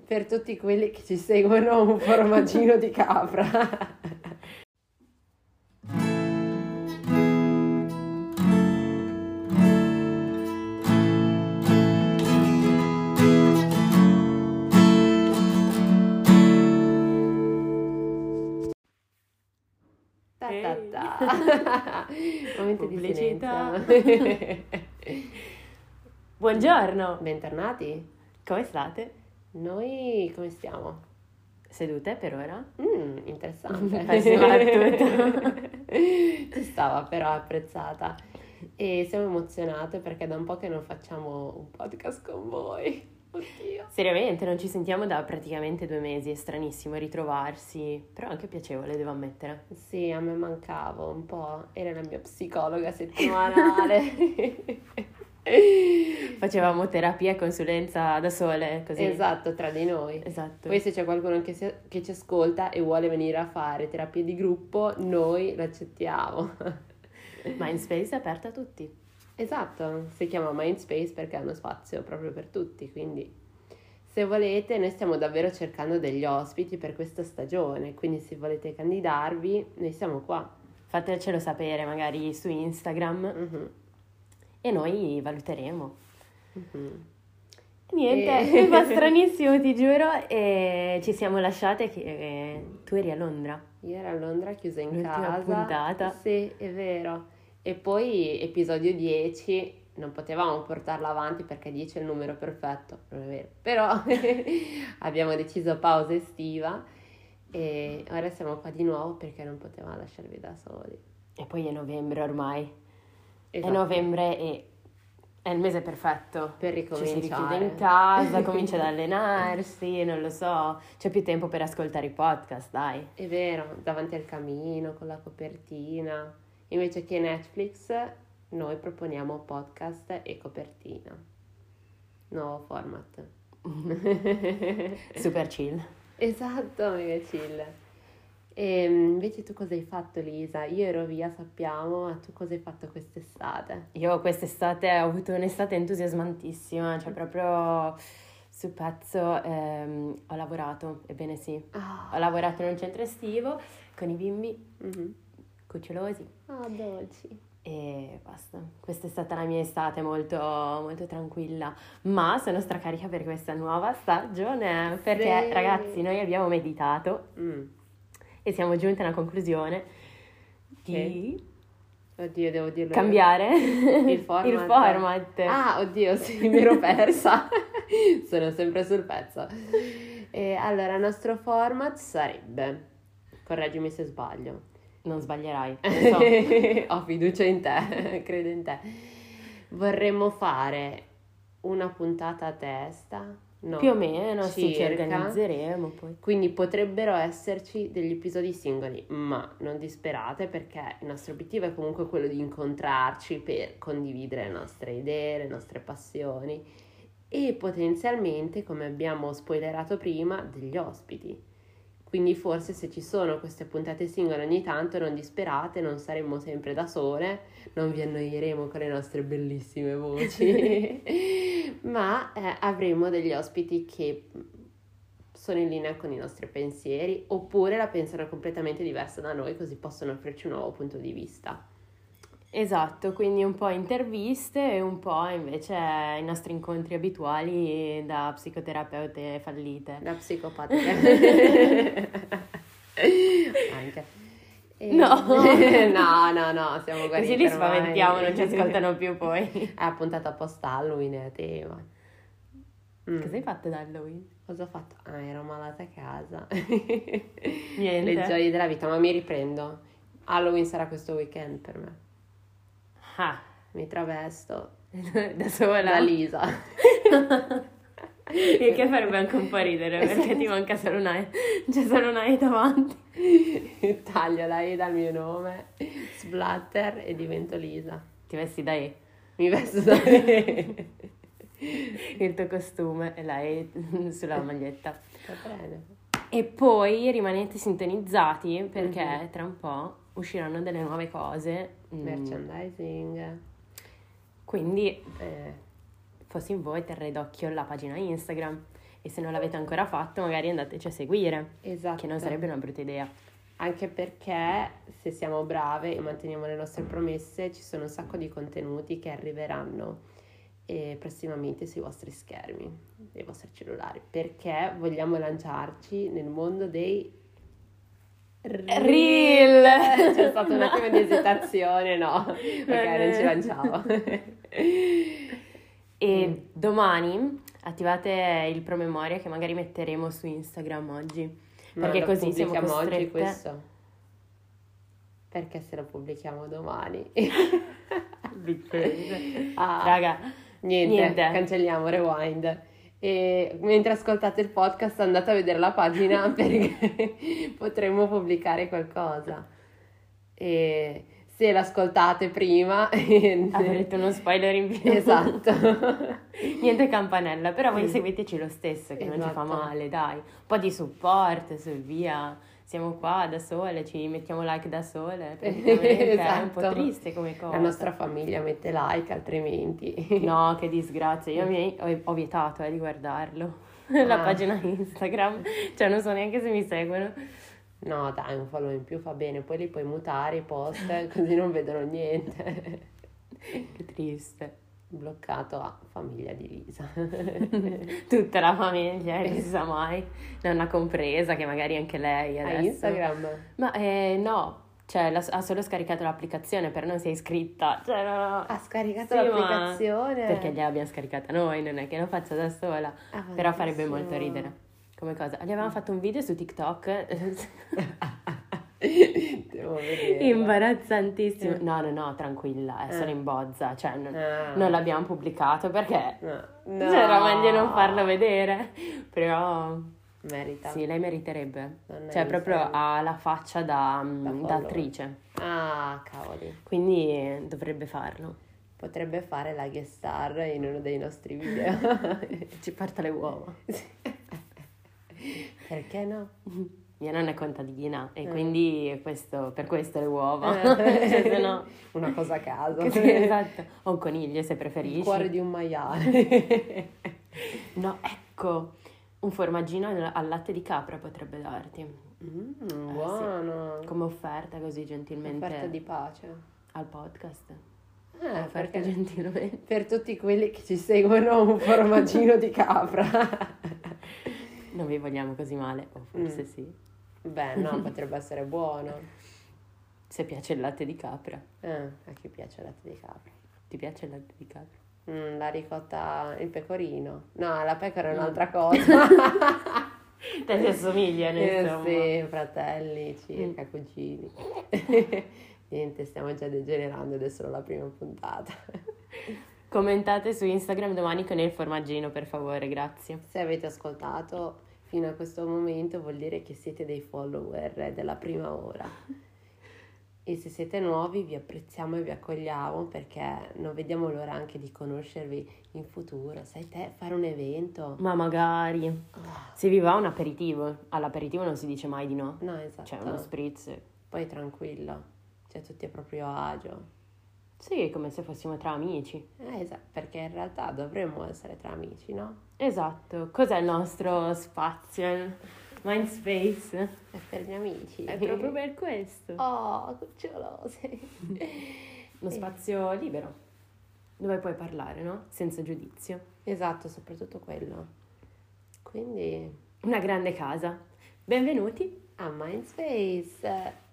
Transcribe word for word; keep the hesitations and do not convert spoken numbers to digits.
Per tutti quelli che ci seguono, un formaggino di capra. Ta ta ta. Momento di Pubblicità. silenzio. Buongiorno, Bentornati. come state? Noi come stiamo? Sedute per ora? Mm, interessante. Pessima battuta. Ci stava però apprezzata. E siamo emozionate perché da un po' che non facciamo un podcast con voi. Oddio. Seriamente, non ci sentiamo da praticamente due mesi, è stranissimo ritrovarsi, però anche piacevole, devo ammettere. Sì, a me mancavo un po'. Era la mia psicologa settimanale. Facevamo terapia e consulenza da sole, così. Esatto, tra di noi. Esatto. Poi se c'è qualcuno che, si- che ci ascolta e vuole venire a fare terapia di gruppo, noi l'accettiamo. Mindspace è aperta a tutti. Esatto, si chiama Mindspace perché è uno spazio proprio per tutti, quindi se volete noi stiamo davvero cercando degli ospiti per questa stagione, quindi se volete candidarvi noi siamo qua. Fatecelo sapere magari su Instagram Mhm, e noi valuteremo. mhm. Niente, E- mi fa stranissimo, ti giuro, e ci siamo lasciate che eh, tu eri a Londra. Io ero a Londra chiusa in L'ultima casa. puntata. Sì, è vero. E poi episodio dieci, non potevamo portarlo avanti perché dieci è il numero perfetto, non è vero. Però abbiamo deciso pausa estiva e ora siamo qua di nuovo perché non potevamo lasciarvi da soli. E poi è novembre ormai. Esatto. È novembre e è il mese perfetto. Per Ci si ricominciare. richiude in casa, comincia ad allenarsi, non lo so. C'è più tempo per ascoltare i podcast, dai. È vero, davanti al camino, con la copertina. Invece che Netflix, noi proponiamo podcast e copertina. Nuovo format. Super chill. Esatto, mega chill. E invece tu cosa hai fatto, Lisa? Io ero via, sappiamo, ma tu cosa hai fatto quest'estate? Io quest'estate ho avuto un'estate entusiasmantissima, cioè proprio sul pezzo ehm, ho lavorato, ebbene sì. Ah, Ho lavorato in un centro estivo con i bimbi mhm. cucciolosi Ah, dolci. e basta. Questa è stata la mia estate molto, molto tranquilla, ma sono stracarica per questa nuova stagione perché Sì. ragazzi noi abbiamo meditato Mm. e siamo giunti a una conclusione di Oddio, devo dirlo. cambiare Il format. il format. Ah, oddio, sì, mi ero persa. Sono sempre sul pezzo. E allora, il nostro format sarebbe, correggimi se sbaglio. Non sbaglierai, lo so. Ho fiducia in te, credo in te. Vorremmo fare una puntata a testa, no? Più o meno, sì, ci circa. organizzeremo poi. Quindi potrebbero esserci degli episodi singoli, ma non disperate perché il nostro obiettivo è comunque quello di incontrarci per condividere le nostre idee, le nostre passioni e potenzialmente, come abbiamo spoilerato prima, degli ospiti. Quindi forse se ci sono queste puntate singole ogni tanto non disperate, non saremo sempre da sole, non vi annoieremo con le nostre bellissime voci, ma eh, avremo degli ospiti che sono in linea con i nostri pensieri oppure la pensano completamente diversa da noi, così possono offrirci un nuovo punto di vista. Esatto, quindi un po' interviste e un po' invece i nostri incontri abituali da psicoterapeute fallite. Da psicopatiche. Anche. E- No. no, no, no, siamo guariti Così li ormai. spaventiamo, non ci ascoltano più poi. È puntata apposta Halloween è a tema. Mm. Cosa hai fatto da Halloween? Cosa ho fatto? Ah, ero malata a casa. Niente. Le gioie della vita, ma mi riprendo. Halloween sarà questo weekend per me. Ah, Mi travesto da sola. da Lisa. Il che farebbe anche un po' ridere perché ti manca solo una E, c'è solo una E davanti. Taglio la E dal mio nome, splatter e divento Lisa. Ti vesti da E, Mi vesto da E. il tuo costume e la E sulla maglietta. Va bene. E poi rimanete sintonizzati perché Mhm. tra un po' usciranno delle nuove cose. Mm, Merchandising. Quindi Eh, fossi in voi terrei d'occhio la pagina Instagram E se non l'avete ancora fatto, magari andateci a seguire, Esatto. che non sarebbe una brutta idea. Anche perché se siamo brave e manteniamo le nostre promesse, ci sono un sacco di contenuti che arriveranno eh, prossimamente sui vostri schermi, dei vostri cellulari, perché vogliamo lanciarci nel mondo dei Reel. C'è stata un attimo di esitazione, no? Ok, non ci lanciamo. E Mm. domani attivate il promemoria che magari metteremo su Instagram oggi. Ma Perché lo così siamo pubblichiamo costrette. oggi questo? Perché se lo pubblichiamo domani? Ah, Raga, niente, niente. cancelliamo, rewind. E mentre ascoltate il podcast andate a vedere la pagina perché potremmo pubblicare qualcosa. E se l'ascoltate prima avrete uno spoiler in più. Esatto. Niente campanella, però voi seguiteci lo stesso, che non ci fa Esatto. male, dai. Un po' di supporto, su via. Siamo qua da sole, ci mettiamo like da sole. Praticamente è un po' Esatto. triste come cosa. La nostra famiglia mette like, altrimenti No, che disgrazia. Io mi ho, ho vietato eh, di guardarlo. La Ah. pagina Instagram. Cioè, non so neanche se mi seguono. no, dai, un follow in più fa bene, poi li puoi mutare i post così non vedono niente. Che triste. Bloccato a famiglia di Lisa. Tutta la famiglia, eh, non si sa mai. Nonna compresa, che magari anche lei A adesso. Instagram? Ma eh, no, cioè la- ha solo scaricato l'applicazione, però non si è iscritta. Cioè, no, no. Ha scaricato Sì, ma- l'applicazione? Perché gliel'abbiamo scaricata noi, non è che lo faccio da sola. Ah, Però farebbe bellissimo. molto ridere. Come cosa? Gli avevamo fatto un video su TikTok. Devo vedere. Imbarazzantissimo. No, no, no, tranquilla, è solo Eh. in bozza. Cioè, non, Ah. non l'abbiamo pubblicato perché No. cioè, era meglio non farlo vedere. Però Merita. sì, lei meriterebbe. Non è Cioè, proprio Instagram. ha la faccia da, Da da follower. attrice. Ah, cavoli. Quindi eh, dovrebbe farlo. Potrebbe fare la guest star in uno dei nostri video. Ci porta le uova. Perché no? Mia nonna è contadina e Eh. quindi questo, per questo le uova. Eh. Cioè, se no... Una cosa a caso. Sì, esatto. O un coniglio se Il preferisci. cuore di un maiale. No, ecco, un formaggino al al latte di capra potrebbe darti. Mm, sì. buono. Come offerta così gentilmente Offerta di pace. al podcast. Eh, Offerta perché gentilmente. per tutti quelli che ci seguono un formaggino di capra. Non vi vogliamo così male, o forse Mm. sì. Beh, no, potrebbe essere buono. Se piace il latte di capra. Eh, a chi piace il latte di capra? Ti piace il latte di capra? Mm, la ricotta, il pecorino. No, la pecora è Mm. un'altra cosa. Te ti assomigliano, Eh, insomma. sì, fratelli, circa, Mm. cugini. Niente, stiamo già degenerando ed è solo la prima puntata. Commentate su Instagram domani con il formaggino, per favore, grazie. Se avete ascoltato fino a questo momento vuol dire che siete dei follower della prima ora. E se siete nuovi vi apprezziamo e vi accogliamo perché non vediamo l'ora anche di conoscervi in futuro. Sai te, fare un evento. Ma magari, Ah, se vi va un aperitivo, all'aperitivo non si dice mai di no. no, esatto. Cioè, uno spritz. Poi tranquillo, cioè tutti a proprio agio. Sì, come se fossimo tra amici. Eh, esatto, perché in realtà dovremmo essere tra amici, no? Esatto. Cos'è il nostro spazio? Mind space. È per gli amici. È proprio per questo. Oh, cucciolose. Uno spazio libero, dove puoi parlare, no? Senza giudizio. Esatto, soprattutto quello. Quindi, Una grande casa. Benvenuti. a Mindspace.